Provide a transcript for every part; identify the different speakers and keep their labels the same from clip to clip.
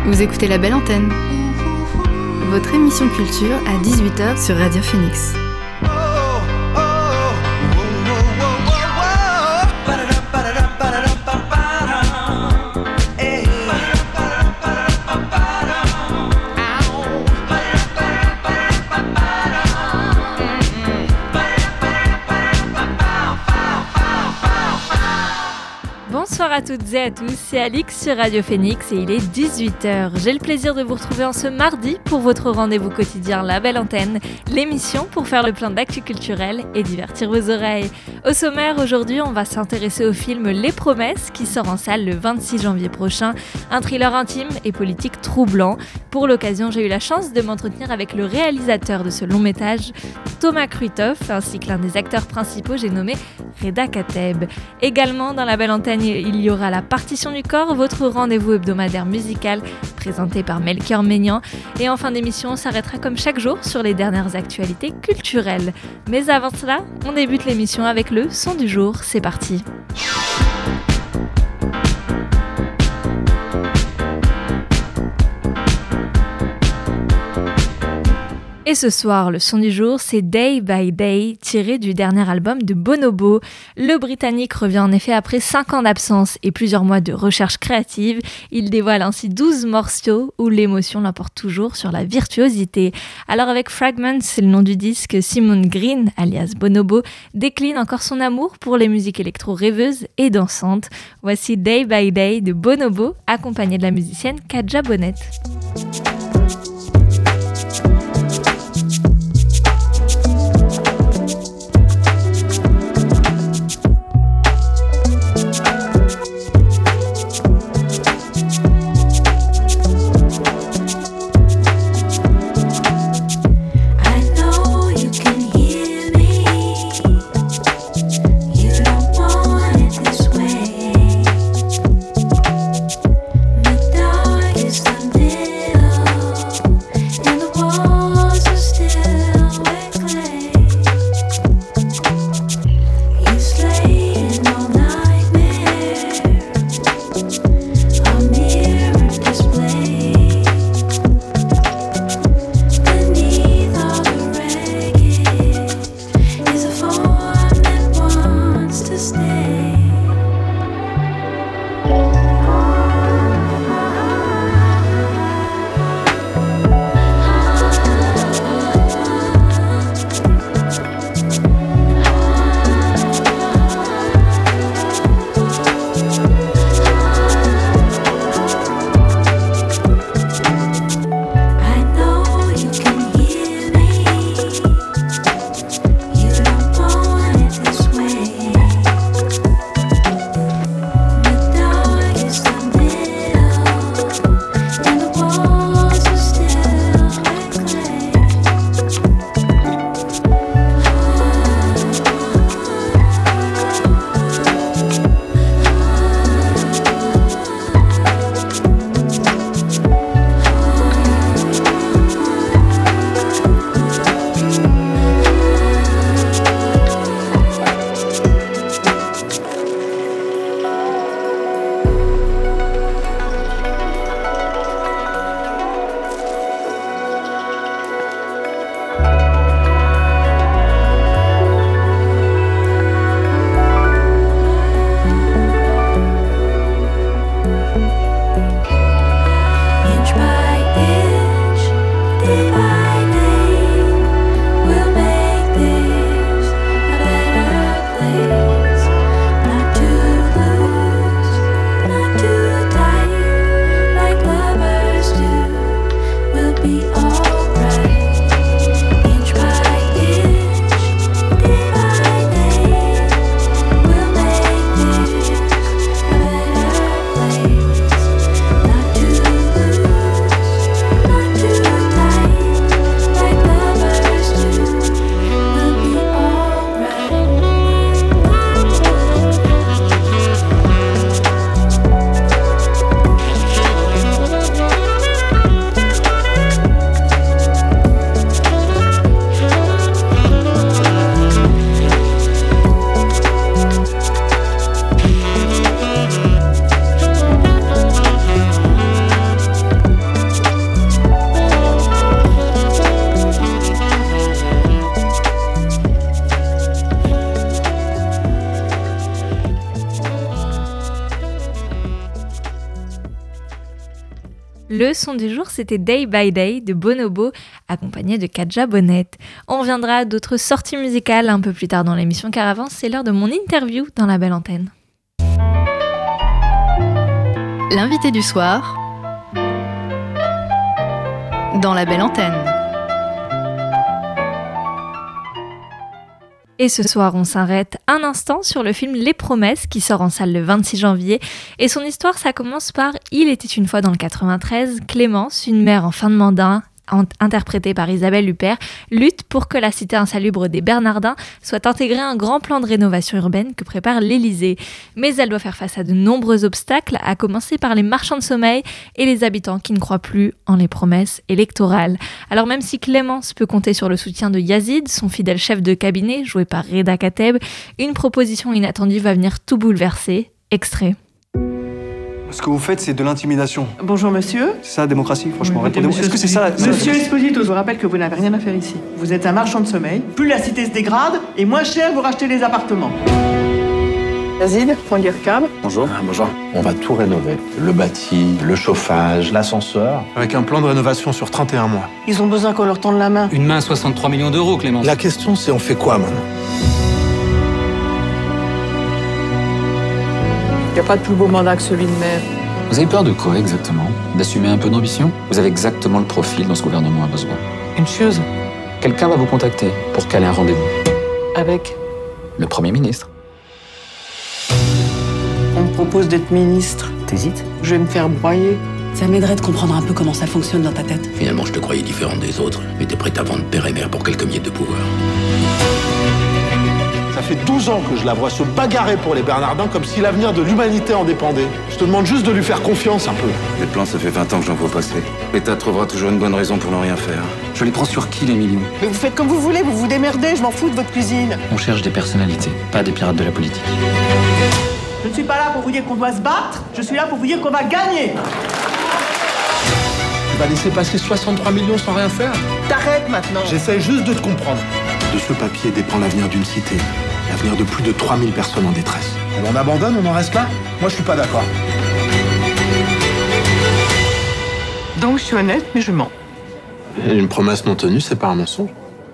Speaker 1: Vous écoutez La Belle Antenne, votre émission culture à 18h sur Radio Phoenix.
Speaker 2: Bonsoir à toutes et à tous, c'est Alix sur Radio Phoenix et il est 18h. J'ai le plaisir de vous retrouver en ce mardi pour votre rendez-vous quotidien La Belle Antenne, l'émission pour faire le plein d'actu culturel et divertir vos oreilles. Au sommaire, aujourd'hui, on va s'intéresser au film Les Promesses qui sort en salle le 26 janvier prochain, un thriller intime et politique troublant. Pour l'occasion, j'ai eu la chance de m'entretenir avec le réalisateur de ce long métrage, Thomas Kruithoff, ainsi que l'un des acteurs principaux, j'ai nommé Reda Kateb. Également dans La Belle Antenne, il y aura la partition du corps, votre rendez-vous hebdomadaire musical présenté par Melchior Maignan. Et en fin d'émission, on s'arrêtera comme chaque jour sur les dernières actualités culturelles. Mais avant cela, on débute l'émission avec le son du jour. C'est parti. Et ce soir, le son du jour, c'est Day by Day, tiré du dernier album de Bonobo. Le Britannique revient en effet après 5 ans d'absence et plusieurs mois de recherche créative. Il dévoile ainsi 12 morceaux où l'émotion l'emporte toujours sur la virtuosité. Alors avec Fragments, c'est le nom du disque, Simon Green, alias Bonobo, décline encore son amour pour les musiques électro rêveuses et dansantes. Voici Day by Day de Bonobo, accompagné de la musicienne Kadja Bonnet. Le son du jour, c'était Day by Day de Bonobo, accompagné de Kadja Bonnet. On reviendra à d'autres sorties musicales un peu plus tard dans l'émission, car avant, c'est l'heure de mon interview dans la belle antenne.
Speaker 1: L'invité du soir dans la belle antenne.
Speaker 2: Et ce soir, on s'arrête un instant sur le film Les Promesses qui sort en salle le 26 janvier. Et son histoire, ça commence par « Il était une fois dans le 93 ». Clémence, une mère en fin de mandat, interprétée par Isabelle Huppert, lutte pour que la cité insalubre des Bernardins soit intégrée à un grand plan de rénovation urbaine que prépare l'Élysée. Mais elle doit faire face à de nombreux obstacles, à commencer par les marchands de sommeil et les habitants qui ne croient plus en les promesses électorales. Alors même si Clémence peut compter sur le soutien de Yazid, son fidèle chef de cabinet, joué par Reda Kateb, une proposition inattendue va venir tout bouleverser. Extrait.
Speaker 3: Ce que vous faites, c'est de l'intimidation.
Speaker 4: Bonjour monsieur.
Speaker 3: C'est ça la démocratie, franchement.
Speaker 4: Oui,
Speaker 3: Répondez-moi. Est-ce que c'est ça
Speaker 4: Monsieur Esposito, je vous rappelle que vous n'avez rien à faire ici. Vous êtes un marchand de sommeil. Plus la cité se dégrade, et moins cher vous rachetez les appartements. Yazid, Fondir Cab.
Speaker 5: Bonjour. Bonjour. On va tout rénover. Le bâti, le chauffage, l'ascenseur.
Speaker 6: Avec un plan de rénovation sur 31 mois.
Speaker 4: Ils ont besoin qu'on leur tende la main.
Speaker 7: Une main, 63 millions d'euros, Clémence.
Speaker 5: La question, c'est on fait quoi maintenant?
Speaker 4: Il n'y a pas de plus beau mandat que celui de maire.
Speaker 7: Vous avez peur de quoi exactement? D'assumer un peu d'ambition? Vous avez exactement le profil dont ce gouvernement a besoin.
Speaker 4: Une chose.
Speaker 7: Quelqu'un va vous contacter pour caler un rendez-vous.
Speaker 4: Avec.
Speaker 7: Le Premier ministre.
Speaker 4: On me propose d'être ministre.
Speaker 7: T'hésites?
Speaker 4: Je vais me faire broyer.
Speaker 8: Ça m'aiderait de comprendre un peu comment ça fonctionne dans ta tête.
Speaker 9: Finalement, je te croyais différente des autres, mais t'es prête à vendre père et mère pour quelques miettes de pouvoir.
Speaker 6: Ça fait 12 ans que je la vois se bagarrer pour les Bernardins comme si l'avenir de l'humanité en dépendait. Je te demande juste de lui faire confiance un peu.
Speaker 9: Les plans, ça fait 20 ans que j'en vois passer. L'État trouvera toujours une bonne raison pour ne rien faire.
Speaker 7: Je les prends sur qui, les millions?
Speaker 4: Mais vous faites comme vous voulez, vous vous démerdez, je m'en fous de votre cuisine.
Speaker 7: On cherche des personnalités, pas des pirates de la politique.
Speaker 4: Je ne suis pas là pour vous dire qu'on doit se battre, je suis là pour vous dire qu'on va gagner.
Speaker 6: Tu vas laisser passer 63 millions sans rien faire?
Speaker 4: T'arrêtes maintenant.
Speaker 6: J'essaye juste de te comprendre. De ce papier dépend l'avenir d'une cité. L'avenir de plus de 3000 personnes en détresse. Et on abandonne, on en reste là? Moi, je suis pas d'accord.
Speaker 4: Donc je suis honnête, mais je mens.
Speaker 6: Et une promesse non tenue, c'est pas un mensonge.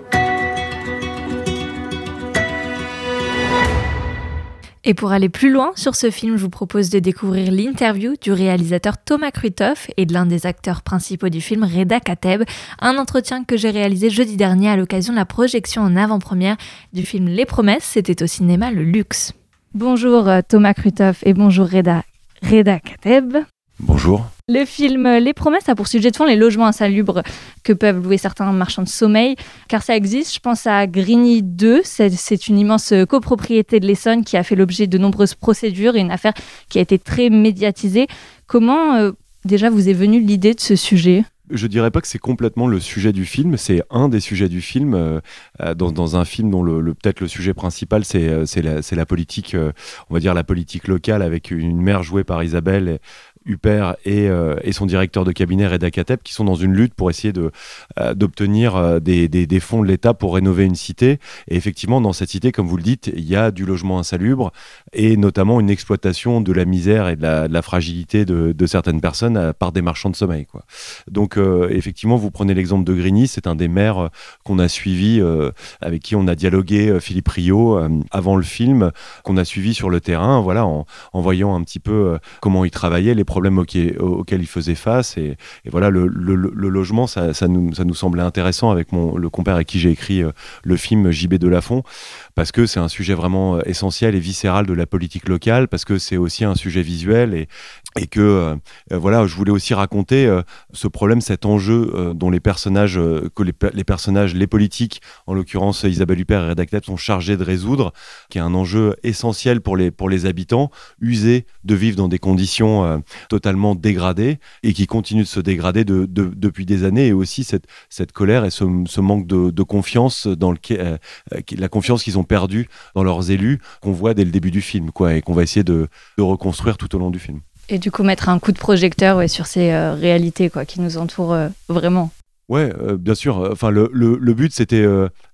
Speaker 2: Et pour aller plus loin sur ce film, je vous propose de découvrir l'interview du réalisateur Thomas Krutoff et de l'un des acteurs principaux du film, Reda Kateb, un entretien que j'ai réalisé jeudi dernier à l'occasion de la projection en avant-première du film Les Promesses, c'était au cinéma Le Luxe. Bonjour Thomas Krutoff et bonjour Reda Kateb.
Speaker 10: Bonjour.
Speaker 2: Le film Les Promesses a pour sujet de fond les logements insalubres que peuvent louer certains marchands de sommeil, car ça existe. Je pense à Grigny 2, c'est une immense copropriété de l'Essonne qui a fait l'objet de nombreuses procédures et une affaire qui a été très médiatisée. Comment déjà vous est venue l'idée de ce sujet ?
Speaker 10: Je dirais pas que c'est complètement le sujet du film, c'est un des sujets du film, dans un film dont peut-être le sujet principal c'est la politique, on va dire la politique locale, avec une maire jouée par Isabelle Huppert et son directeur de cabinet Reda Kateb, qui sont dans une lutte pour essayer d'obtenir des fonds de l'État pour rénover une cité. Et effectivement, dans cette cité, comme vous le dites, il y a du logement insalubre et notamment une exploitation de la misère et de la fragilité de certaines personnes par des marchands de sommeil, quoi. Donc effectivement, vous prenez l'exemple de Grigny, c'est un des maires qu'on a suivi, avec qui on a dialogué, Philippe Rio, avant le film, qu'on a suivi sur le terrain, voilà, en voyant un petit peu comment il travaillait, les problèmes auxquels il faisait face, et voilà, le logement, ça nous semblait intéressant avec le compère avec qui j'ai écrit le film JB de Lafont, parce que c'est un sujet vraiment essentiel et viscéral de la politique locale, parce que c'est aussi un sujet visuel, et que voilà, je voulais aussi raconter ce problème, cet enjeu dont les personnages, les politiques, en l'occurrence Isabelle Huppert et Reda Kateb, sont chargés de résoudre, qui est un enjeu essentiel pour les habitants, usés de vivre dans des conditions totalement dégradées, et qui continuent de se dégrader depuis des années, et aussi cette colère et ce manque de confiance, la confiance qu'ils ont perdue dans leurs élus, qu'on voit dès le début du film, quoi, et qu'on va essayer de reconstruire tout au long du film.
Speaker 2: Et du coup, mettre un coup de projecteur sur ces réalités qui nous entourent vraiment.
Speaker 10: Ouais, bien sûr. Enfin, le but, c'était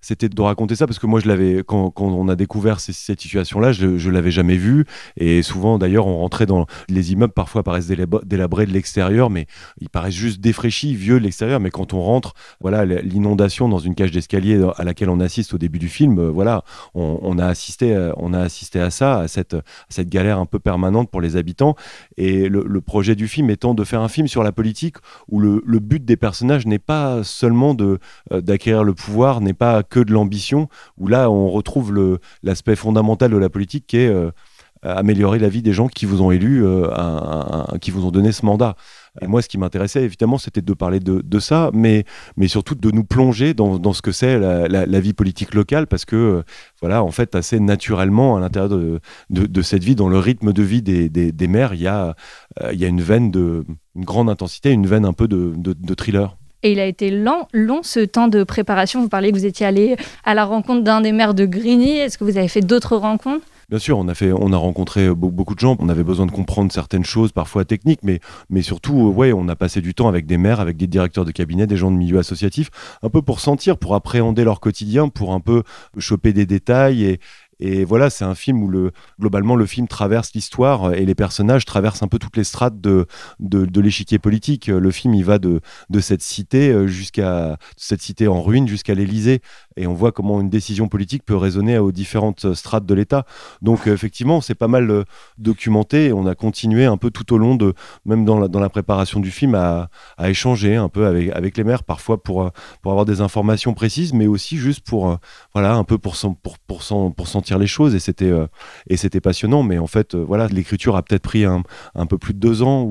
Speaker 10: c'était de raconter ça, parce que moi, quand on a découvert cette situation-là, je l'avais jamais vue. Et souvent, d'ailleurs, on rentrait dans les immeubles, parfois paraissent délabrés de l'extérieur, mais ils paraissent juste défraîchis, vieux de l'extérieur. Mais quand on rentre, voilà, l'inondation dans une cage d'escalier à laquelle on assiste au début du film, voilà, on a assisté à ça, à cette galère un peu permanente pour les habitants. Et le projet du film étant de faire un film sur la politique où le but des personnages n'est pas seulement d'acquérir le pouvoir, n'est pas que de l'ambition, où là on retrouve l'aspect fondamental de la politique qui est améliorer la vie des gens qui vous ont élu, qui vous ont donné ce mandat. Et moi, ce qui m'intéressait, évidemment, c'était de parler de ça, mais surtout de nous plonger dans ce que c'est la vie politique locale, parce que, voilà, en fait, assez naturellement, à l'intérieur de cette vie, dans le rythme de vie des maires, il y a une veine une grande intensité, une veine un peu de thriller.
Speaker 2: Et il a été long ce temps de préparation. Vous parliez que vous étiez allé à la rencontre d'un des maires de Grigny. Est-ce que vous avez fait d'autres rencontres ?
Speaker 10: Bien sûr, on a rencontré beaucoup de gens. On avait besoin de comprendre certaines choses, parfois techniques, mais surtout, on a passé du temps avec des maires, avec des directeurs de cabinet, des gens de milieu associatif, un peu pour sentir, pour appréhender leur quotidien, pour un peu choper des détails. Et voilà, c'est un film où globalement le film traverse l'histoire et les personnages traversent un peu toutes les strates de l'échiquier politique. Le film, il va de cette cité cette cité en ruine jusqu'à l'Élysée. Et on voit comment une décision politique peut résonner aux différentes strates de l'État. Donc effectivement, c'est pas mal documenté. Et on a continué un peu tout au long même dans la préparation du film, à échanger un peu avec les maires, parfois pour avoir des informations précises, mais aussi juste pour un peu pour sentir les choses. Et c'était passionnant. Mais en fait, l'écriture a peut-être pris un peu plus de 2 ans,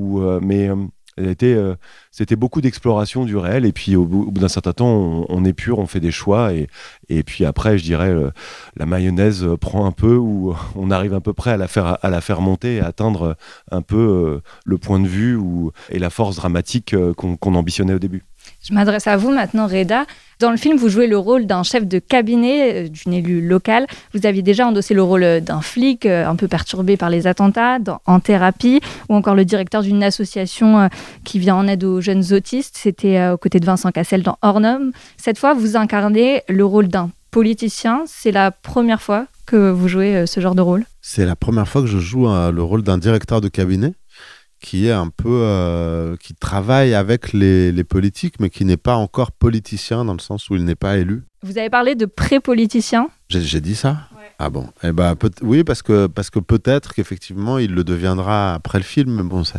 Speaker 10: c'était beaucoup d'exploration du réel, et puis au bout d'un certain temps on épure, on fait des choix, et puis après je dirais la mayonnaise prend un peu, où on arrive à peu près à la faire monter et à atteindre un peu le point de vue et la force dramatique qu'on ambitionnait au début.
Speaker 2: Je m'adresse à vous maintenant, Reda. Dans le film, vous jouez le rôle d'un chef de cabinet, d'une élue locale. Vous aviez déjà endossé le rôle d'un flic, un peu perturbé par les attentats, En thérapie, ou encore le directeur d'une association qui vient en aide aux jeunes autistes. C'était aux côtés de Vincent Cassel dans Hors Normes. Cette fois, vous incarnez le rôle d'un politicien. C'est la première fois que vous jouez ce genre de rôle ?
Speaker 11: C'est la première fois que je joue le rôle d'un directeur de cabinet, qui est un peu qui travaille avec les politiques, mais qui n'est pas encore politicien dans le sens où il n'est pas élu.
Speaker 2: Vous avez parlé de pré-politicien ?
Speaker 11: J'ai dit ça ?
Speaker 2: Ouais.
Speaker 11: Ah bon ? Oui, parce que peut-être qu'effectivement il le deviendra après le film. Mais bon, ça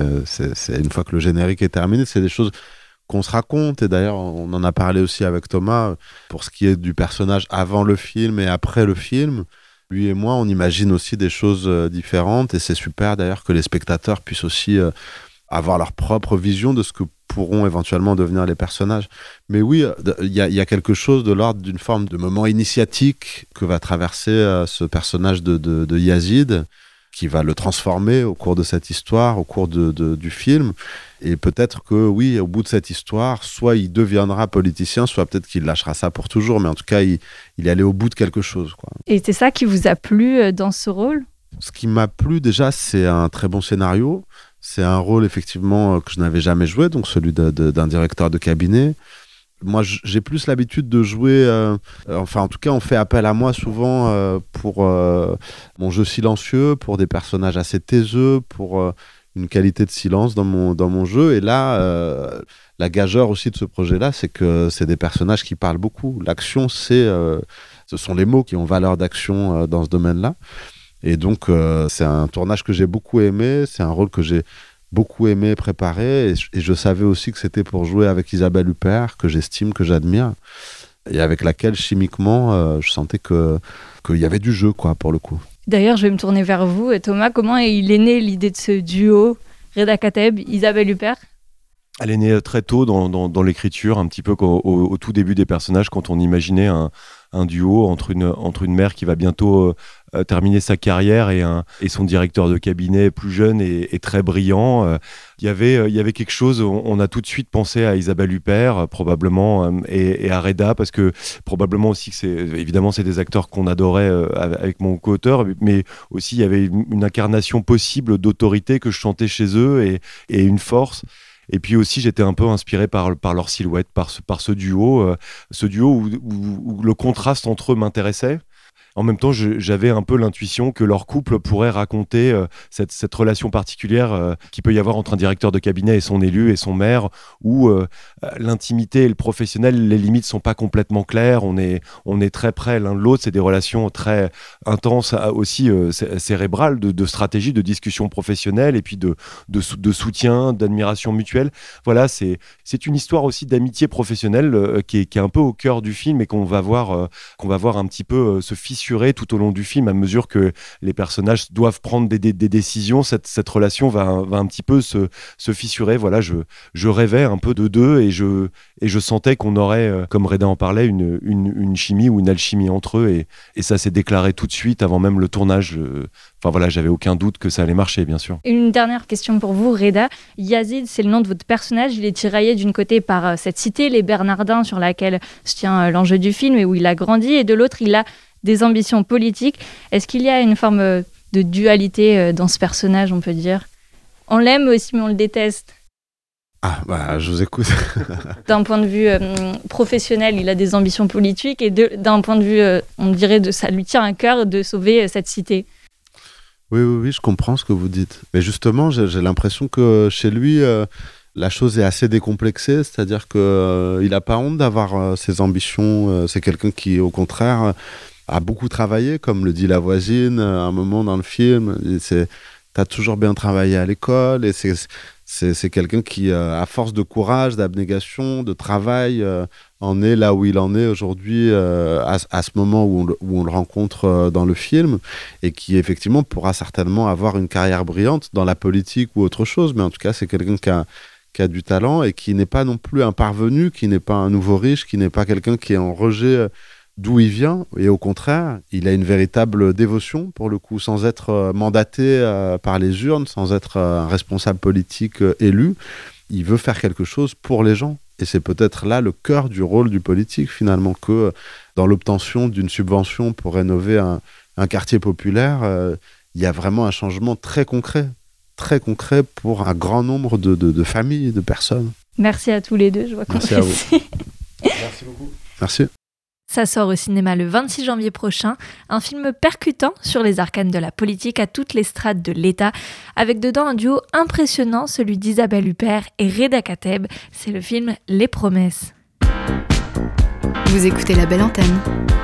Speaker 11: c'est une fois que le générique est terminé, c'est des choses qu'on se raconte. Et d'ailleurs, on en a parlé aussi avec Thomas pour ce qui est du personnage avant le film et après le film. Lui et moi, on imagine aussi des choses différentes, et c'est super d'ailleurs que les spectateurs puissent aussi avoir leur propre vision de ce que pourront éventuellement devenir les personnages. Mais oui, il y a quelque chose de l'ordre d'une forme de moment initiatique que va traverser ce personnage de Yazid, qui va le transformer au cours de cette histoire, au cours du film. Et peut-être que, oui, au bout de cette histoire, soit il deviendra politicien, soit peut-être qu'il lâchera ça pour toujours, mais en tout cas, il est allé au bout de quelque chose, quoi.
Speaker 2: Et c'est ça qui vous a plu dans ce rôle ?
Speaker 11: Ce qui m'a plu, déjà, c'est un très bon scénario. C'est un rôle, effectivement, que je n'avais jamais joué, donc celui d'un directeur de cabinet. Moi, j'ai plus l'habitude de jouer... en tout cas, on fait appel à moi souvent pour mon jeu silencieux, pour des personnages assez taiseux, pour une qualité de silence dans mon jeu. Et là, la gageure aussi de ce projet-là, c'est que c'est des personnages qui parlent beaucoup. L'action, ce sont les mots qui ont valeur d'action dans ce domaine-là. Et donc, c'est un tournage que j'ai beaucoup aimé. C'est un rôle que j'ai beaucoup aimé préparer, et je savais aussi que c'était pour jouer avec Isabelle Huppert, que j'estime, que j'admire, et avec laquelle chimiquement je sentais qu'il y avait du jeu, quoi, pour le coup.
Speaker 2: D'ailleurs, je vais me tourner vers vous, Thomas. Comment il est né l'idée de ce duo Reda Kateb, Isabelle Huppert ?
Speaker 10: Elle est née très tôt dans l'écriture, un petit peu au tout début des personnages, quand on imaginait un duo entre une mère qui va bientôt terminer sa carrière et son directeur de cabinet plus jeune et très brillant. Il y avait quelque chose, on a tout de suite pensé à Isabelle Huppert, probablement, et à Reda, parce que probablement aussi que c'est des acteurs qu'on adorait avec mon co-auteur, mais aussi il y avait une incarnation possible d'autorité que je sentais chez eux, et une force. Et puis aussi, j'étais un peu inspiré par leur silhouette, par ce duo où le contraste entre eux m'intéressait. En même temps, j'avais un peu l'intuition que leur couple pourrait raconter cette relation particulière qu'il peut y avoir entre un directeur de cabinet et son élu et son maire, où l'intimité et le professionnel, les limites sont pas complètement claires. On est très près l'un de l'autre. C'est des relations très intenses, aussi cérébrales, de stratégie, de discussion professionnelle et puis de soutien, d'admiration mutuelle. Voilà, c'est une histoire aussi d'amitié professionnelle qui est un peu au cœur du film et qu'on va voir un petit peu se fissurer tout au long du film à mesure que les personnages doivent prendre des décisions. Cette relation va un petit peu se fissurer. Voilà, je rêvais un peu de deux et je sentais qu'on aurait, comme Reda en parlait, une chimie ou une alchimie entre eux et ça s'est déclaré tout de suite avant même le tournage. Enfin voilà, j'avais aucun doute que ça allait marcher, bien sûr.
Speaker 2: Une dernière question pour vous, Reda. Yazid, c'est le nom de votre personnage. Il est tiraillé d'une côté par cette cité, les Bernardins, sur laquelle se tient l'enjeu du film et où il a grandi, et de l'autre, il a des ambitions politiques. Est-ce qu'il y a une forme de dualité dans ce personnage, on peut dire ? On l'aime aussi, mais on le déteste.
Speaker 11: Ah, bah, je vous écoute.
Speaker 2: D'un point de vue professionnel, il a des ambitions politiques, et d'un point de vue, on dirait, ça lui tient à cœur de sauver cette cité.
Speaker 11: Oui, je comprends ce que vous dites. Mais justement, j'ai l'impression que chez lui, la chose est assez décomplexée, c'est-à-dire qu'il n'a pas honte d'avoir ses ambitions. C'est quelqu'un qui, au contraire, a beaucoup travaillé, comme le dit la voisine à un moment dans le film. T'as toujours bien travaillé à l'école, et c'est quelqu'un qui, à force de courage, d'abnégation, de travail, en est là où il en est aujourd'hui, à ce moment où on le rencontre dans le film, et qui effectivement pourra certainement avoir une carrière brillante dans la politique ou autre chose, mais en tout cas c'est quelqu'un qui a du talent et qui n'est pas non plus un parvenu, qui n'est pas un nouveau riche, qui n'est pas quelqu'un qui est en rejet d'où il vient, et au contraire, il a une véritable dévotion, pour le coup, sans être mandaté par les urnes, sans être un responsable politique élu. Il veut faire quelque chose pour les gens. Et c'est peut-être là le cœur du rôle du politique, finalement, que dans l'obtention d'une subvention pour rénover un quartier populaire, il y a vraiment un changement très concret pour un grand nombre de familles, de personnes.
Speaker 2: Merci à tous les deux, je vois qu'on
Speaker 11: Merci à vous. Merci beaucoup. Merci.
Speaker 2: Ça sort au cinéma le 26 janvier prochain, un film percutant sur les arcanes de la politique à toutes les strates de l'État, avec dedans un duo impressionnant, celui d'Isabelle Huppert et Reda Kateb. C'est le film Les Promesses.
Speaker 1: Vous écoutez La Belle Antenne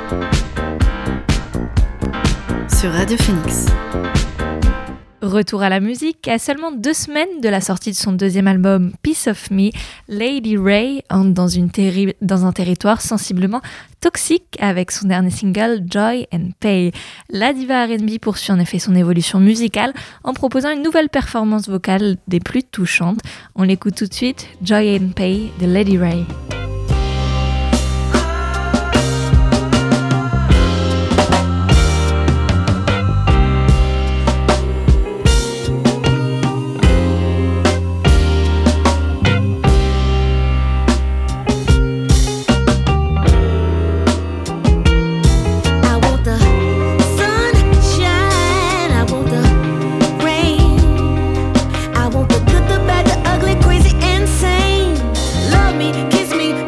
Speaker 1: sur Radio Phoenix.
Speaker 2: Retour à la musique. À seulement 2 semaines de la sortie de son deuxième album Piece of Me, Lady Ray entre dans un territoire sensiblement toxique avec son dernier single Joy and Pay. La diva R&B poursuit en effet son évolution musicale en proposant une nouvelle performance vocale des plus touchantes. On l'écoute tout de suite, Joy and Pay de Lady Ray.
Speaker 12: Kiss me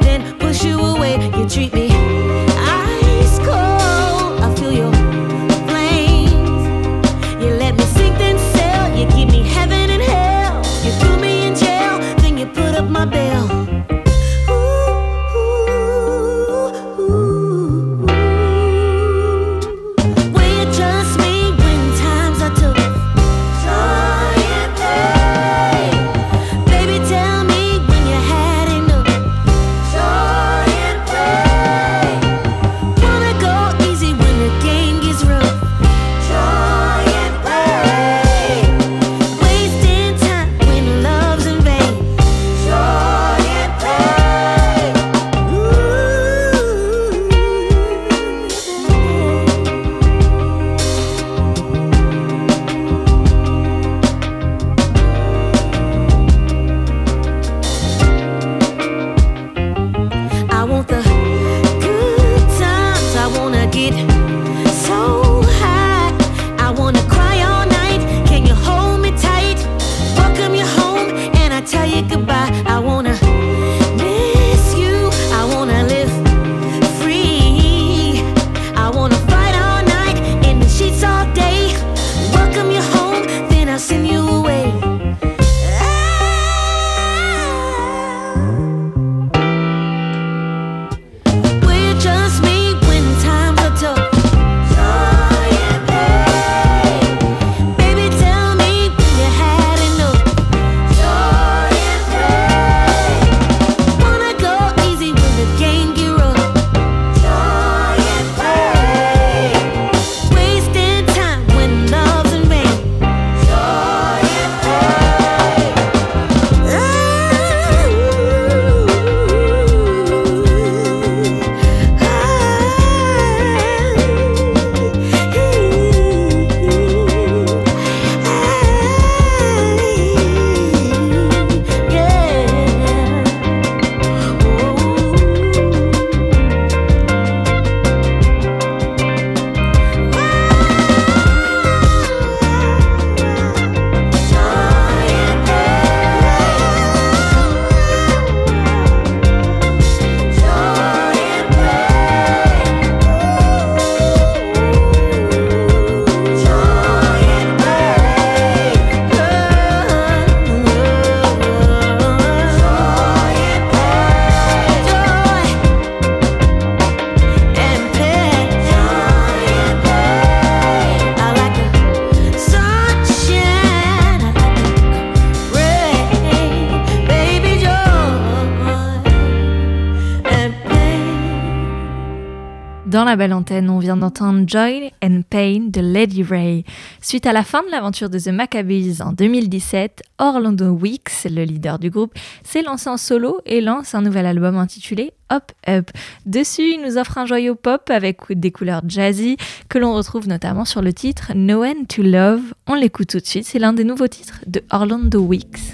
Speaker 2: Dans la belle antenne, on vient d'entendre Joy and Pain de Lady Ray. Suite à la fin de l'aventure de The Maccabees en 2017, Orlando Weeks, le leader du groupe, s'est lancé en solo et lance un nouvel album intitulé Up Up. Dessus, il nous offre un joyau pop avec des couleurs jazzy que l'on retrouve notamment sur le titre No End to Love. On l'écoute tout de suite, c'est l'un des nouveaux titres de Orlando Weeks.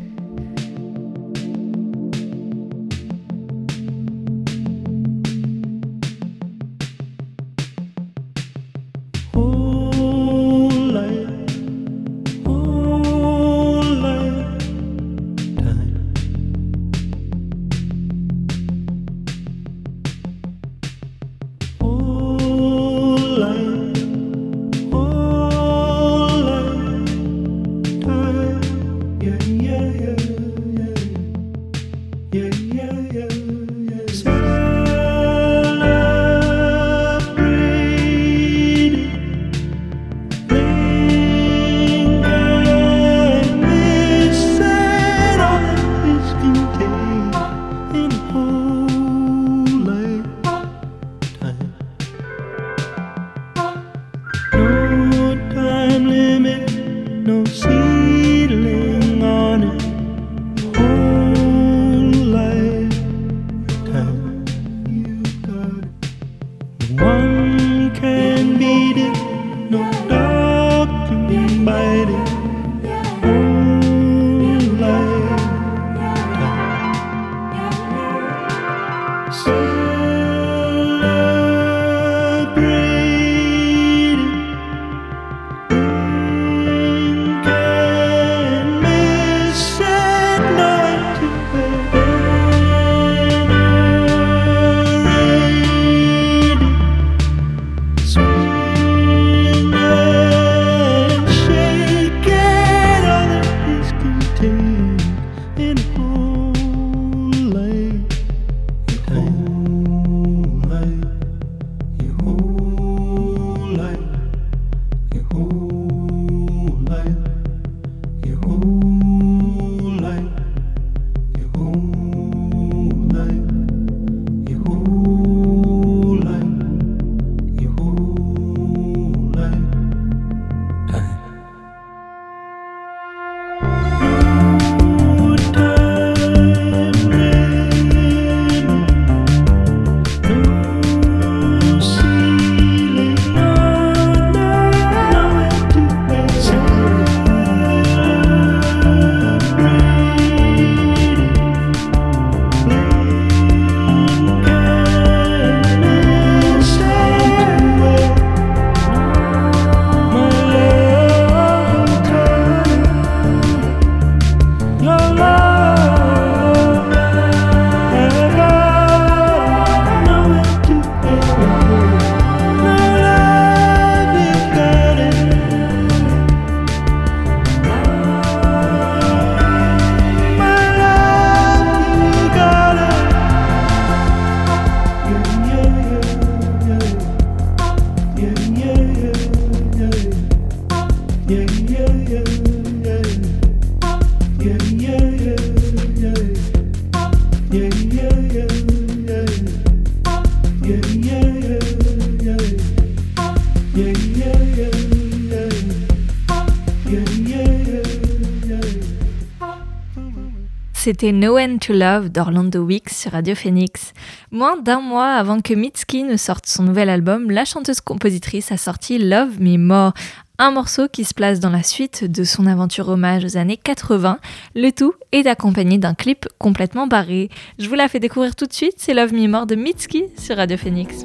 Speaker 2: C'était No End to Love d'Orlando Weeks sur Radio Phoenix. Moins d'un mois avant que Mitski ne sorte son nouvel album, la chanteuse-compositrice a sorti Love Me More, un morceau qui se place dans la suite de son aventure hommage aux années 80. Le tout est accompagné d'un clip complètement barré. Je vous la fais découvrir tout de suite, c'est Love Me More de Mitski sur Radio Phoenix.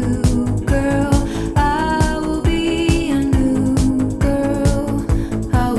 Speaker 12: I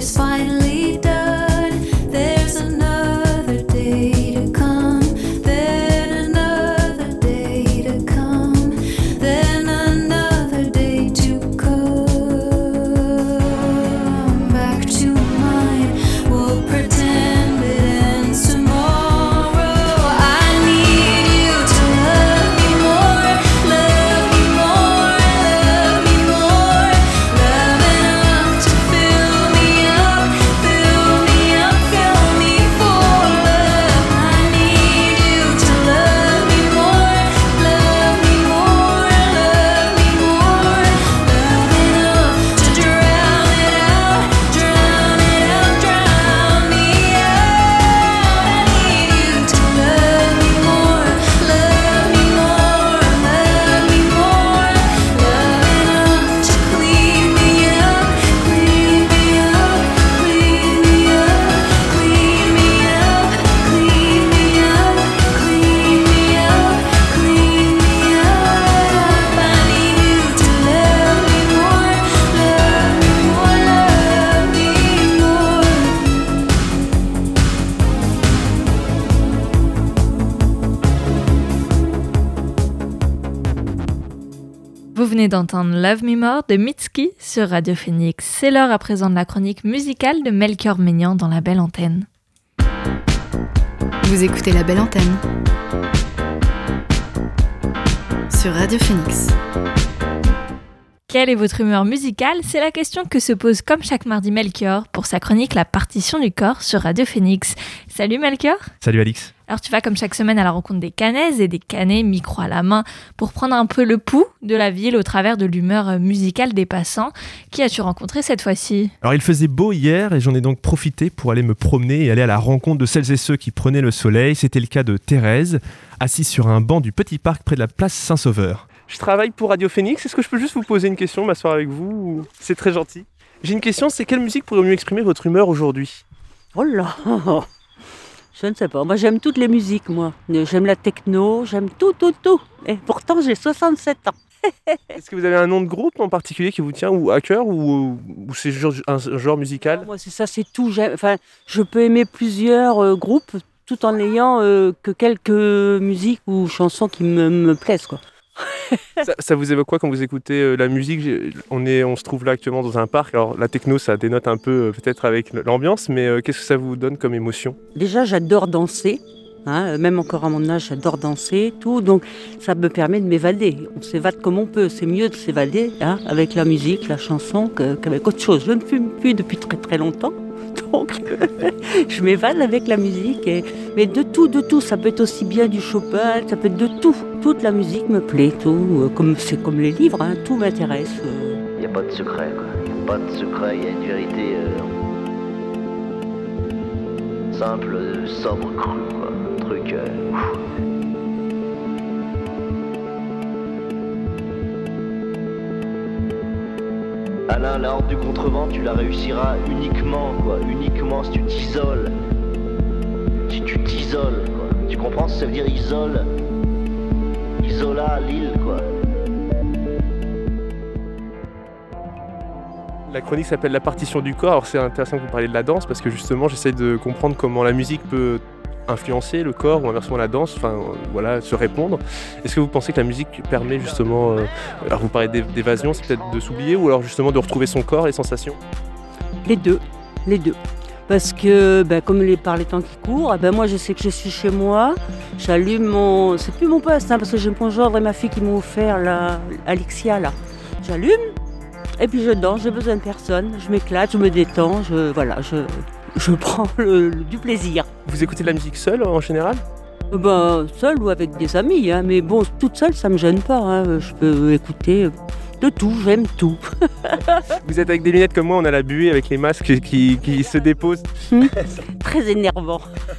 Speaker 12: is finally done. There's another day to come, then another day to come, then another day to come back to mine. We'll pretend it ends tomorrow. I need you to love me more, love me more, love me more, love enough to fill me up, fill me up, fill me full of love. I need you to love me more, love me more, love me more, love enough to drown it out, drown it out, drown me out. I need you to love me more, love me more, love me more, love enough to clean me up, clean me up, clean me up, clean me up, clean me up, clean me up, clean me up. I need you to love me more, love me more, love me more.
Speaker 2: Vous venez d'entendre Love Me More de Mitski sur Radio Phoenix. C'est l'heure à présent de la chronique musicale de Melchior Maignan dans La Belle Antenne.
Speaker 1: Vous écoutez La Belle Antenne sur Radio Phoenix.
Speaker 2: Quelle est votre humeur musicale ? C'est la question que se pose comme chaque mardi Melchior pour sa chronique La partition du corps sur Radio Phoenix. Salut Melchior.
Speaker 13: Salut Alix.
Speaker 2: Alors tu vas comme chaque semaine à la rencontre des Canaises et des Canais, micro à la main, pour prendre un peu le pouls de la ville au travers de l'humeur musicale des passants. Qui as-tu rencontré cette fois-ci ?
Speaker 13: Alors il faisait beau hier et j'en ai donc profité pour aller me promener et aller à la rencontre de celles et ceux qui prenaient le soleil. C'était le cas de Thérèse, assise sur un banc du petit parc près de la place Saint-Sauveur.
Speaker 14: Je travaille pour Radio Phoenix. Est-ce que je peux juste vous poser une question, m'asseoir avec vous ? C'est très gentil. J'ai une question, c'est quelle musique pourrait mieux exprimer votre humeur aujourd'hui ?
Speaker 15: Oh là, je ne sais pas. Moi, j'aime toutes les musiques, moi. J'aime la techno, j'aime tout. Et pourtant, j'ai 67 ans.
Speaker 14: Est-ce que vous avez un nom de groupe en particulier qui vous tient ou à cœur ou c'est un genre musical ?
Speaker 15: Moi, c'est ça, c'est tout. Je peux aimer plusieurs groupes tout en n'ayant que quelques musiques ou chansons qui me plaisent, quoi.
Speaker 14: Ça vous évoque quoi quand vous écoutez la musique ? On se trouve là actuellement dans un parc. Alors la techno, ça dénote un peu peut-être avec l'ambiance, mais qu'est-ce que ça vous donne comme émotion ?
Speaker 15: Déjà, j'adore danser. Même encore à mon âge, j'adore danser, tout. Donc ça me permet de m'évader. On s'évade comme on peut. C'est mieux de s'évader avec la musique, la chanson, qu'avec autre chose. Je ne fume plus depuis très très longtemps. Donc, je m'évade avec la musique. Mais de tout. Ça peut être aussi bien du Chopin, ça peut être de tout. Toute la musique me plaît, tout. C'est comme les livres, tout m'intéresse.
Speaker 16: Il n'y a pas de secret, quoi. Il n'y a pas de secret, il y a une vérité simple, sobre, crue, quoi. Un truc... Alain, la horde du contrevent, tu la réussiras uniquement si tu t'isoles. Si tu t'isoles, quoi. Tu comprends ce que ça veut dire isole ? Isola, l'île, quoi.
Speaker 14: La chronique s'appelle La partition du corps. Alors c'est intéressant que vous parliez de la danse parce que justement, j'essaie de comprendre comment la musique peut influencer le corps ou inversement la danse, se répondre. Est-ce que vous pensez que la musique permet justement, alors vous parlez d'évasion, c'est peut-être de s'oublier ou alors justement de retrouver son corps, les sensations ?
Speaker 15: Les deux. Parce que comme par les temps qui courent, moi je sais que je suis chez moi, j'allume mon... C'est plus mon poste parce que j'ai mon gendre et ma fille qui m'ont offert Alexia là. J'allume et puis je danse, j'ai besoin de personne, je m'éclate, je me détends, je prends du plaisir.
Speaker 14: Vous écoutez de la musique seule en général ?
Speaker 15: Seule ou avec des amis, mais bon, toute seule ça me gêne pas, je peux écouter de tout, j'aime tout.
Speaker 14: Vous êtes avec des lunettes comme moi, on a la buée avec les masques qui se déposent.
Speaker 15: Très énervant.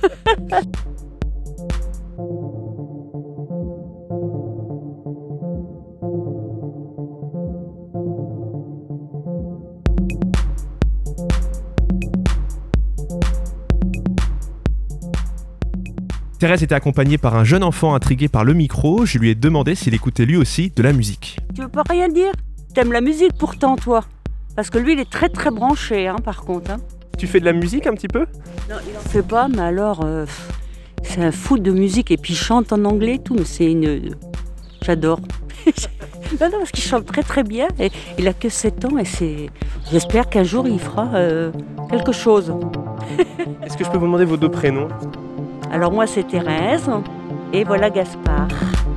Speaker 13: Thérèse était accompagnée par un jeune enfant intrigué par le micro. Je lui ai demandé s'il écoutait lui aussi de la musique.
Speaker 15: Tu veux pas rien dire ? T'aimes la musique pourtant, toi ? Parce que lui, il est très très branché, par contre.
Speaker 14: Tu fais de la musique un petit peu?
Speaker 15: Non, il en fait pas, mais alors, c'est un fou de musique et puis il chante en anglais et tout, mais c'est une... J'adore. Non, parce qu'il chante très très bien et il a que 7 ans et c'est... J'espère qu'un jour il fera quelque chose.
Speaker 14: Est-ce que je peux vous demander vos 2 prénoms?
Speaker 15: Alors moi c'est Thérèse et voilà Gaspard.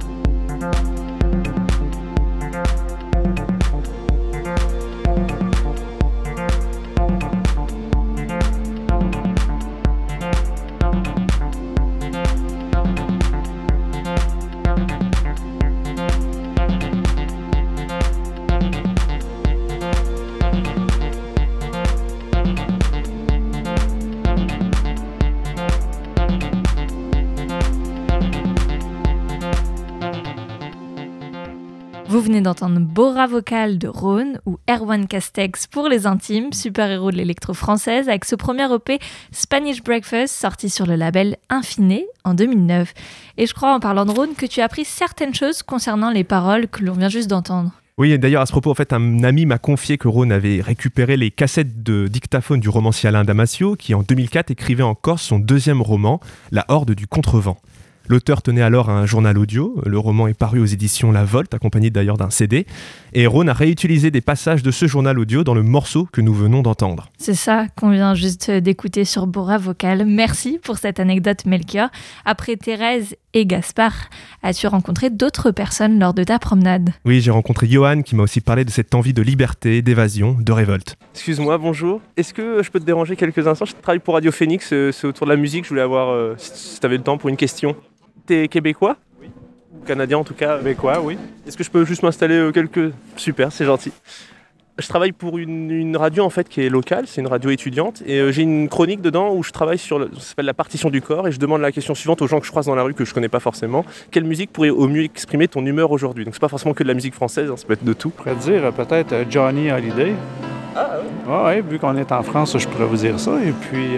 Speaker 2: Vous venez d'entendre Bora Vocal de Rhône ou Erwan Castex pour les intimes, super-héros de l'électro-française, avec ce premier EP Spanish Breakfast sorti sur le label Infiné en 2009. Et je crois en parlant de Rhône que tu as appris certaines choses concernant les paroles que l'on vient juste d'entendre.
Speaker 13: Oui, et d'ailleurs à ce propos, en fait, un ami m'a confié que Rhône avait récupéré les cassettes de dictaphone du romancier Alain Damasio, qui en 2004 écrivait en Corse son 2e roman, La Horde du Contrevent. L'auteur tenait alors un journal audio, le roman est paru aux éditions La Volte, accompagné d'ailleurs d'un CD, et Rhône a réutilisé des passages de ce journal audio dans le morceau que nous venons d'entendre.
Speaker 2: C'est ça qu'on vient juste d'écouter sur Bora Vocal. Merci pour cette anecdote, Melchior. Après Thérèse et Gaspard, as-tu rencontré d'autres personnes lors de ta promenade?
Speaker 13: Oui, j'ai rencontré Johan qui m'a aussi parlé de cette envie de liberté, d'évasion, de révolte.
Speaker 14: Excuse-moi, bonjour. Est-ce que je peux te déranger quelques instants? Je travaille pour Radio Phoenix, c'est autour de la musique. Je voulais avoir, si tu avais le temps, pour une question. T'es québécois? Oui. Ou canadien en tout cas?
Speaker 17: Québécois, oui.
Speaker 14: Est-ce que je peux juste m'installer quelques... Super, c'est gentil. Je travaille pour une radio en fait qui est locale, c'est une radio étudiante et j'ai une chronique dedans où je travaille sur ça s'appelle la partition du corps et je demande la question suivante aux gens que je croise dans la rue que je connais pas forcément. Quelle musique pourrait au mieux exprimer ton humeur aujourd'hui? Donc c'est pas forcément que de la musique française, hein, ça peut être de tout.
Speaker 17: Je pourrais dire peut-être Johnny Hallyday.
Speaker 14: Ah oui?
Speaker 17: Ouais, vu qu'on est en France, je pourrais vous dire ça. Et puis,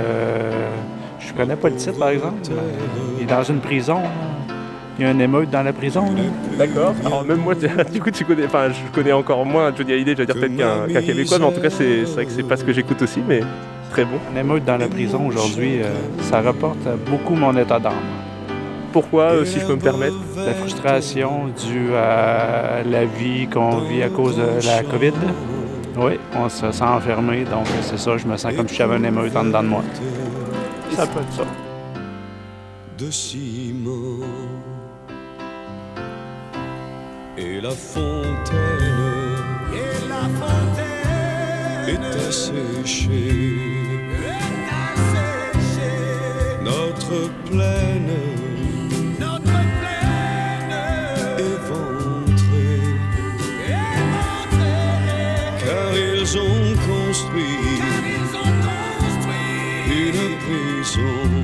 Speaker 17: je connais pas le titre par exemple. Il est dans une prison. Il y a une émeute dans la prison. Là.
Speaker 14: D'accord. Alors même moi, du coup, je connais encore moins Johnny Hallyday, je veux dire peut-être qu'un Québécois, mais en tout cas, c'est vrai que c'est pas ce que j'écoute aussi, mais très bon.
Speaker 17: Une émeute dans la prison aujourd'hui, ça rapporte beaucoup mon état d'âme.
Speaker 14: Pourquoi, si je peux me permettre?
Speaker 17: La frustration due à la vie qu'on vit à cause de la COVID. Oui, on se sent enfermé, donc c'est ça, je me sens comme si j'avais une émeute en dedans de moi. Ça peut être ça.
Speaker 18: De ciment et la fontaine est asséchée, notre plaine éventrée, car ils ont construit une prison.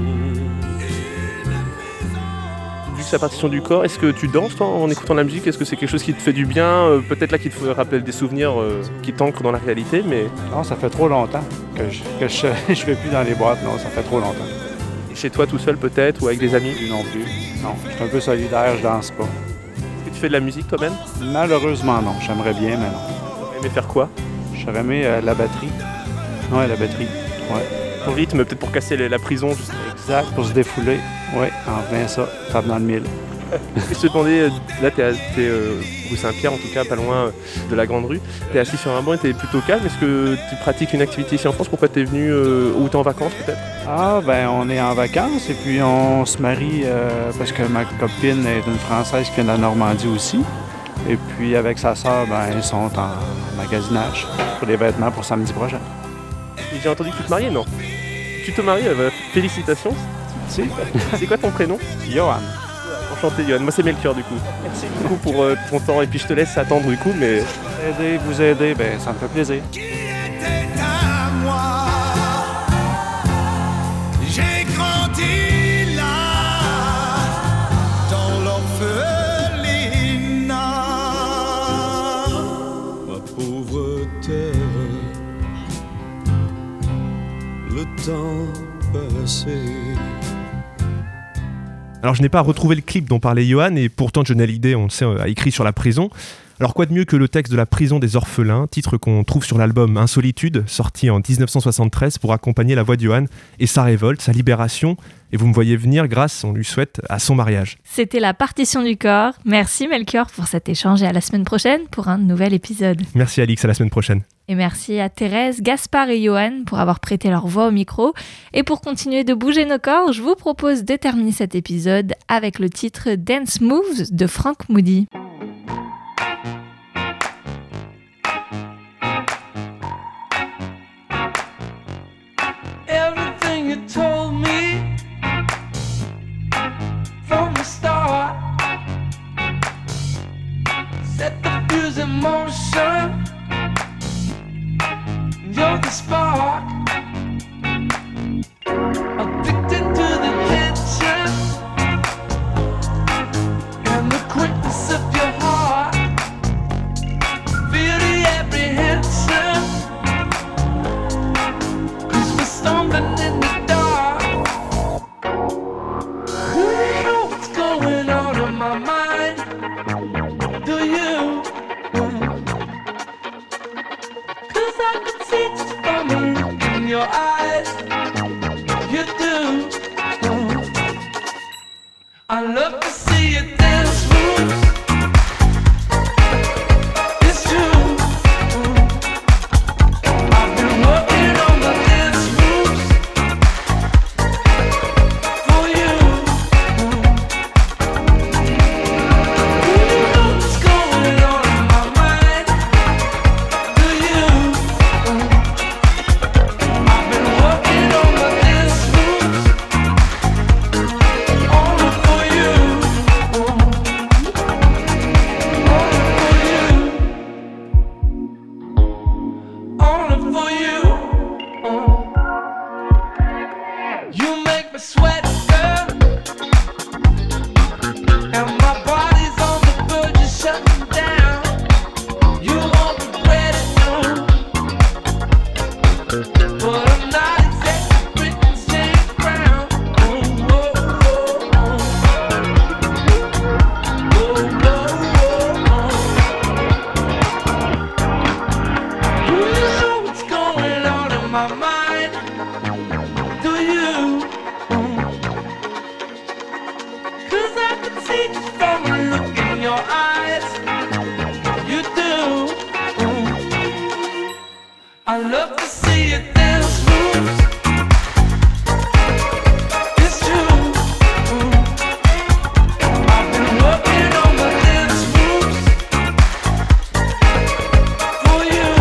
Speaker 14: La partition du corps, est-ce que tu danses toi en écoutant la musique? Est-ce que c'est quelque chose qui te fait du bien? Peut-être là qui te rappelle des souvenirs qui t'ancrent dans la réalité, mais...
Speaker 17: Non, ça fait trop longtemps que je vais plus dans les boîtes, non, ça fait trop longtemps.
Speaker 14: Et chez toi tout seul peut-être, ou avec des amis?
Speaker 17: Non plus, non, je suis un peu solidaire, je danse pas.
Speaker 14: Est-ce que tu fais de la musique toi-même?
Speaker 17: Malheureusement non, j'aimerais bien, mais non.
Speaker 14: Tu aurais aimé faire quoi?
Speaker 17: J'aurais aimé la batterie. Ouais, la batterie, ouais.
Speaker 14: Au rythme, peut-être pour casser la prison, juste.
Speaker 17: Exact, pour se défouler. Oui, en plein ça, tape dans le mille.
Speaker 14: Je te demandais, là t'es rue Saint-Pierre, en tout cas pas loin de la Grande Rue. T'es assis sur un banc et t'es plutôt calme. Est-ce que tu pratiques une activité ici en France? Pourquoi t'es venu ou t'es en vacances peut-être?
Speaker 17: Ah ben on est en vacances et puis on se marie parce que ma copine est une Française qui vient de la Normandie aussi. Et puis avec sa sœur, ben ils sont en magasinage pour les vêtements pour samedi prochain.
Speaker 14: Et j'ai entendu que tu te mariais, non? Tu te maries, félicitations.
Speaker 17: Si.
Speaker 14: C'est quoi ton prénom?
Speaker 17: Johan.
Speaker 14: Enchanté Johan, moi c'est Melchior du coup. Merci beaucoup pour ton temps et puis je te laisse attendre du coup mais...
Speaker 17: Vous aider, ben ça me fait plaisir.
Speaker 18: J'ai grandi là, dans l'orphelinat. Ma pauvre terre, le temps passé.
Speaker 13: Alors je n'ai pas retrouvé le clip dont parlait Johan et pourtant Johnny Hallyday, on le sait, a écrit sur la prison. Alors quoi de mieux que le texte de La prison des orphelins, titre qu'on trouve sur l'album Insolitude, sorti en 1973 pour accompagner la voix de Johan et sa révolte, sa libération, et vous me voyez venir grâce, on lui souhaite, à son mariage.
Speaker 2: C'était la partition du corps. Merci Melchior pour cet échange et à la semaine prochaine pour un nouvel épisode.
Speaker 13: Merci Alix, à la semaine prochaine.
Speaker 2: Et merci à Thérèse, Gaspard et Johan pour avoir prêté leur voix au micro. Et pour continuer de bouger nos corps, je vous propose de terminer cet épisode avec le titre Dance Moves de Frank Moody.
Speaker 12: Everything you told me from the start set the fuse in motion. You're the spark, addicted to the tension and the quickness of your heart. Feel the apprehension, 'cause we're stumbling in the dark. Do you know what's going on in my mind? Do you? 'Cause I can see just from a look in your eyes. You do. I love to see you dance moves. It's true. I've been working on the dance moves for you. Do you know what's going on in my mind? Do you? I've been working on the dance moves only for you. Only for you. You make me sweat, girl, and my body's on the verge of shutting down. You won't regret it, no, but I'm not exactly Britney James Brown. Oh, oh, oh, oh. Oh, oh, oh, oh. Do you know what's going on in my mind? Do you? 'Cause I can see just from a look in your eyes. You do. I love to see you dance moves. It's true. I've been working on the dance moves for you.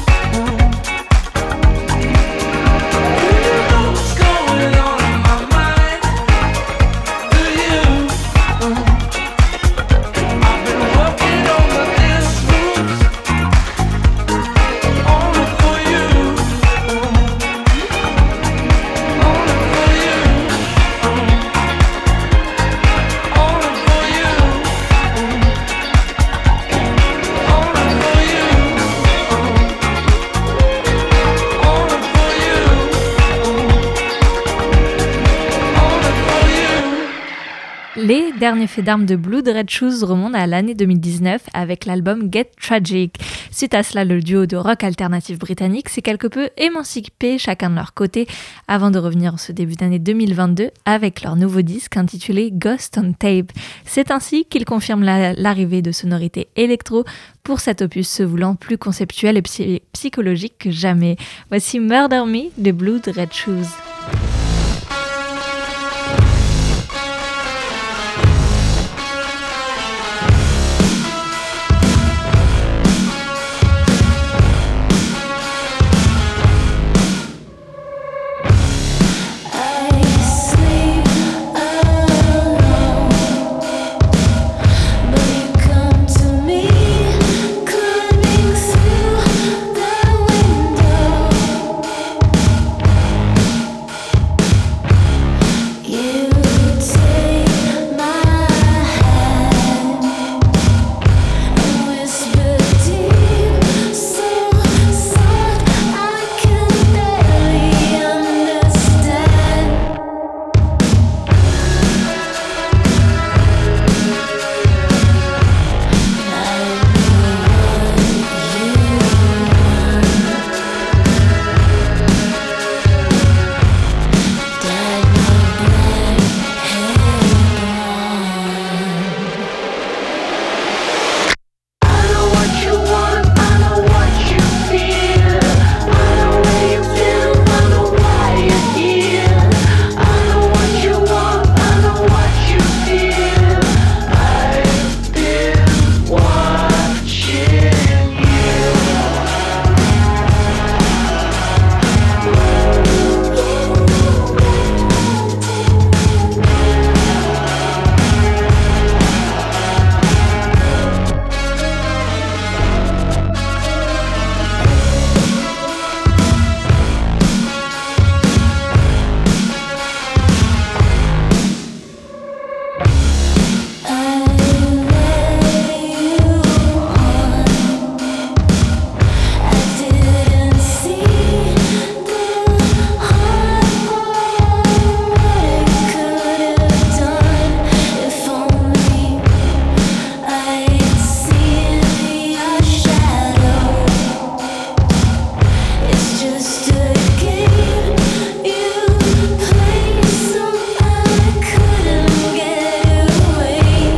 Speaker 12: Do you know what's going on in my mind? Do you? I've been working on the dance moves only for you. Only for you. Only for you. Only for
Speaker 2: Les derniers faits d'armes de Blood Red Shoes remontent à l'année 2019 avec l'album Get Tragic. Suite à cela, le duo de rock alternatif britannique s'est quelque peu émancipé chacun de leur côté avant de revenir en ce début d'année 2022 avec leur nouveau disque intitulé Ghost on Tape. C'est ainsi qu'ils confirment l'arrivée de sonorités électro pour cet opus se voulant plus conceptuel et psychologique que jamais. Voici Murder Me de Blood Red Shoes.
Speaker 12: you. just a game you play, so I couldn't get away.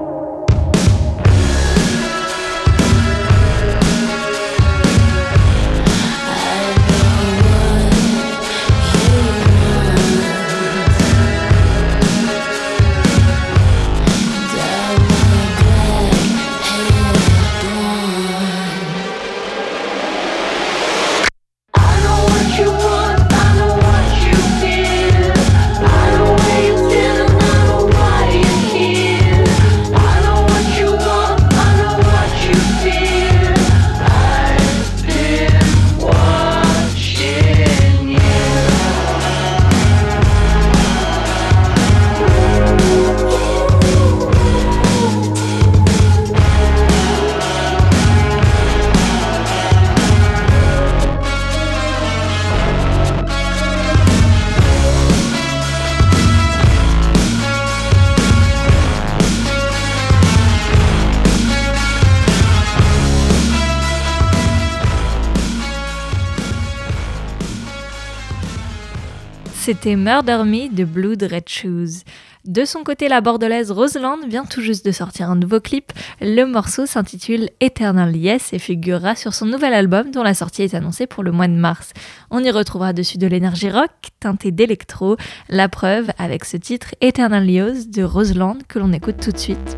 Speaker 2: C'était Murder Me de Blood Red Shoes. De son côté, la bordelaise Roseland vient tout juste de sortir un nouveau clip. Le morceau s'intitule Eternal Yes et figurera sur son nouvel album dont la sortie est annoncée pour le mois de mars. On y retrouvera dessus de l'énergie rock teintée d'électro, la preuve avec ce titre Eternal Yes de Roseland que l'on écoute tout de suite.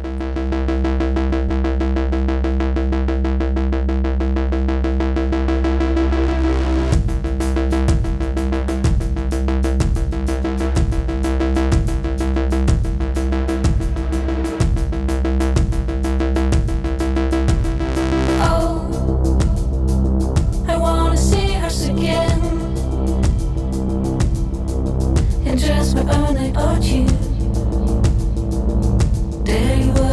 Speaker 12: Just my own, I ought you. There you are.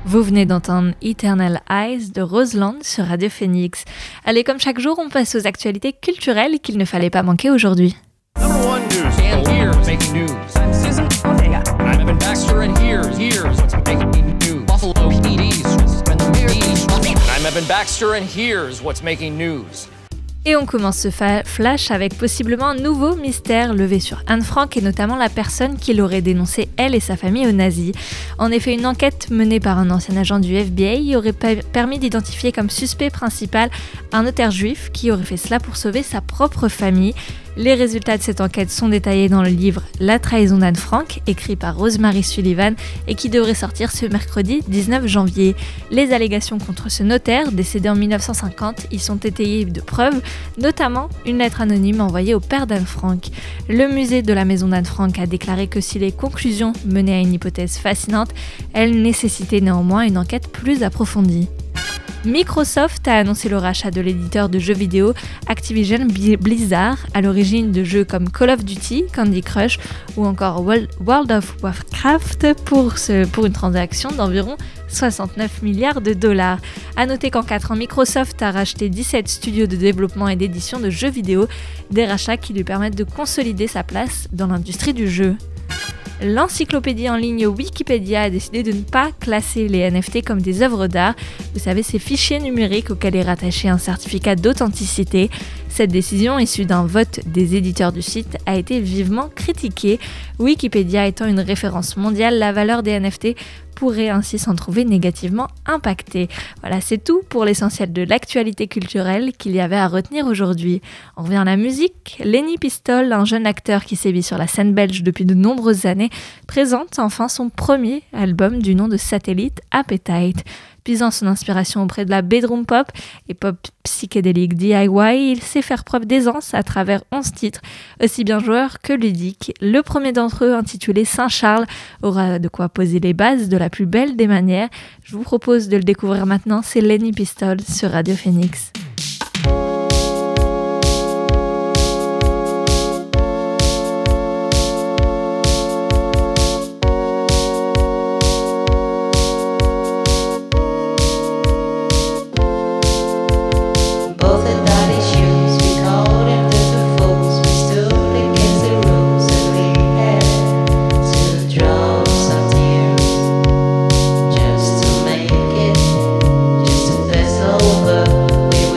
Speaker 2: Vous venez d'entendre Eternal Eyes de Roseland sur Radio Phoenix. Allez, comme chaque jour, on passe aux actualités culturelles qu'il ne fallait pas manquer aujourd'hui.
Speaker 19: And here's making news. I'm Evan Baxter, and here's what's making news. Buffalo PD's I'm Evan Baxter, and here's what's making news.
Speaker 2: Et on commence ce flash avec possiblement un nouveau mystère levé sur Anne Frank et notamment la personne qui l'aurait dénoncé, elle et sa famille, aux nazis. En effet, une enquête menée par un ancien agent du FBI aurait permis d'identifier comme suspect principal un notaire juif qui aurait fait cela pour sauver sa propre famille. Les résultats de cette enquête sont détaillés dans le livre La trahison d'Anne Frank, écrit par Rosemary Sullivan et qui devrait sortir ce mercredi 19 janvier. Les allégations contre ce notaire, décédé en 1950, y sont étayées de preuves, notamment une lettre anonyme envoyée au père d'Anne Frank. Le musée de la maison d'Anne Frank a déclaré que si les conclusions menaient à une hypothèse fascinante, elles nécessitaient néanmoins une enquête plus approfondie. Microsoft a annoncé le rachat de l'éditeur de jeux vidéo Activision Blizzard, à l'origine de jeux comme Call of Duty, Candy Crush ou encore World of Warcraft pour une transaction d'environ 69 milliards de dollars. A noter qu'en 4 ans, Microsoft a racheté 17 studios de développement et d'édition de jeux vidéo, des rachats qui lui permettent de consolider sa place dans l'industrie du jeu. L'encyclopédie en ligne Wikipédia a décidé de ne pas classer les NFT comme des œuvres d'art. Vous savez, ces fichiers numériques auxquels est rattaché un certificat d'authenticité. Cette décision, issue d'un vote des éditeurs du site, a été vivement critiquée. Wikipédia étant une référence mondiale, la valeur des NFT pourrait ainsi s'en trouver négativement impactée. Voilà, c'est tout pour l'essentiel de l'actualité culturelle qu'il y avait à retenir aujourd'hui. On revient à la musique. Lenny Pistol, un jeune acteur qui sévit sur la scène belge depuis de nombreuses années, présente enfin son premier album du nom de Satellite Appetite. Puisant son inspiration auprès de la bedroom pop et pop psychédélique DIY, il sait faire preuve d'aisance à travers 11 titres, aussi bien joueurs que ludiques. Le premier d'entre eux, intitulé Saint-Charles, aura de quoi poser les bases de la plus belle des manières. Je vous propose de le découvrir maintenant, c'est Lenny Pistol sur Radio Phoenix.
Speaker 12: We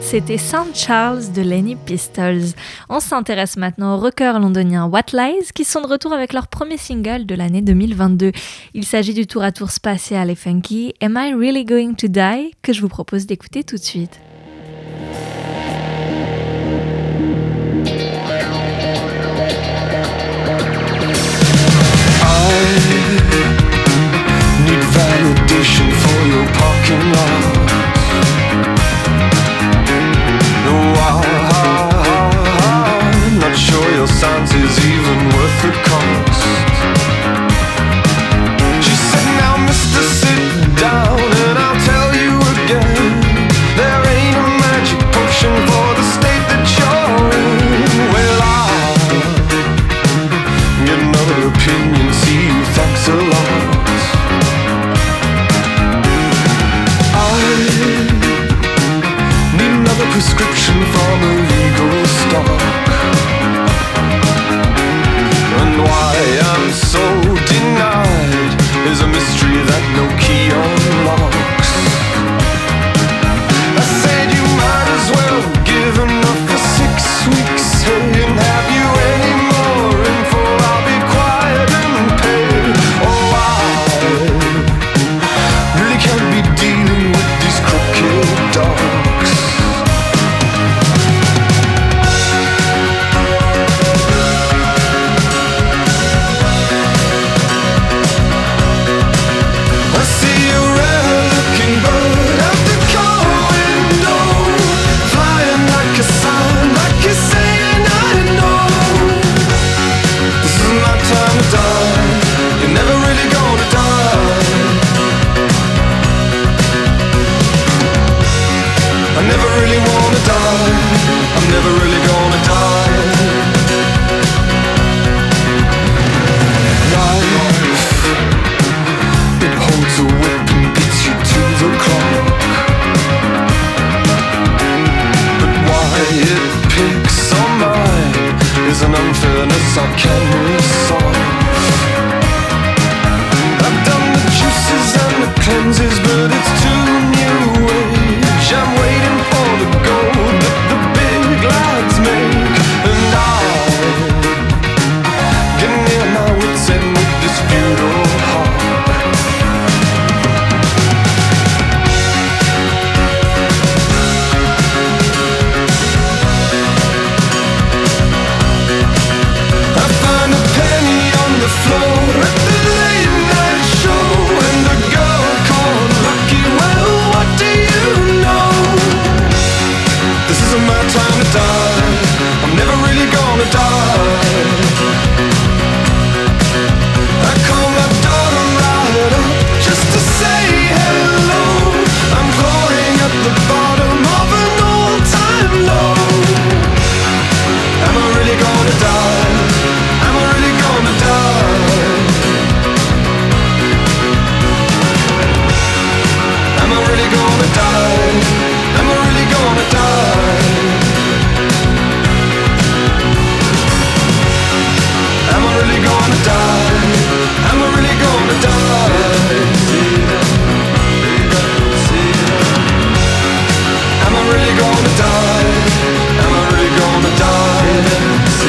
Speaker 2: c'était St. Charles de Lenny Pistols. On s'intéresse maintenant aux rockers londoniens White Lies qui sont de retour avec leur premier single de l'année 2022. Il s'agit du tour à tour spatial et funky Am I Really Going to Die que je vous propose d'écouter tout de suite.
Speaker 18: Need validation for your parking lot. Not sure your science is even worth the cost. She said, now mister, sit down and I'll tell you again. There ain't a magic potion for the state that you're in. Well, I'll get another opinion, see you, thanks a lot. Prescription from a legal stock. And why I'm so denied is a mystery that no key unlocks. I said you might as well give enough for 6 weeks. Hey, and have you any more info? I'll be quiet and pay. Oh, I really can't be dealing with these crooked dogs. I'm never really gonna die. Life, it holds a whip and beats you to the clock. But why it picks on mine is an unfairness I can't resolve. I've done the juices and the cleanses, but it's too new age. I'm waiting for the gold that the big lads make, and I get near my wits' end with this feudal heart. I find a penny on the floor at the late night show, and a girl called Lucky. Well, what do you know? This isn't my time to die. I'm never really gonna die. I call my daughter right up just to say hello. I'm glorying at the bottom of an all-time low. Am I really gonna die? Am I really gonna die? Am I really gonna die? Am I really gonna die? Am I really gonna die? Am I really gonna die? Am I really gonna die? Am I really gonna die?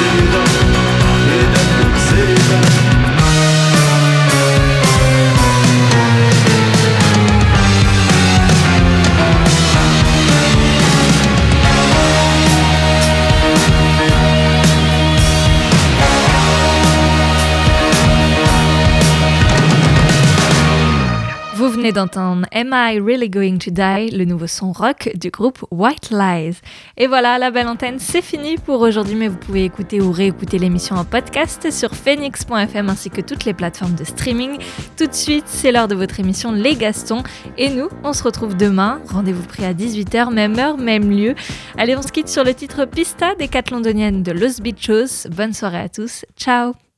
Speaker 2: Vous venez d'entendre Am I Really Going to Die, le nouveau son rock du groupe White Lies. Et voilà, la belle antenne, c'est fini pour aujourd'hui, mais vous pouvez écouter ou réécouter l'émission en podcast sur phoenix.fm ainsi que toutes les plateformes de streaming. Tout de suite, c'est l'heure de votre émission Les Gastons. Et nous, on se retrouve demain. Rendez-vous pris à 18h, même heure, même lieu. Allez, on se quitte sur le titre Pista des 4 londoniennes de Los Bichos. Bonne soirée à tous. Ciao!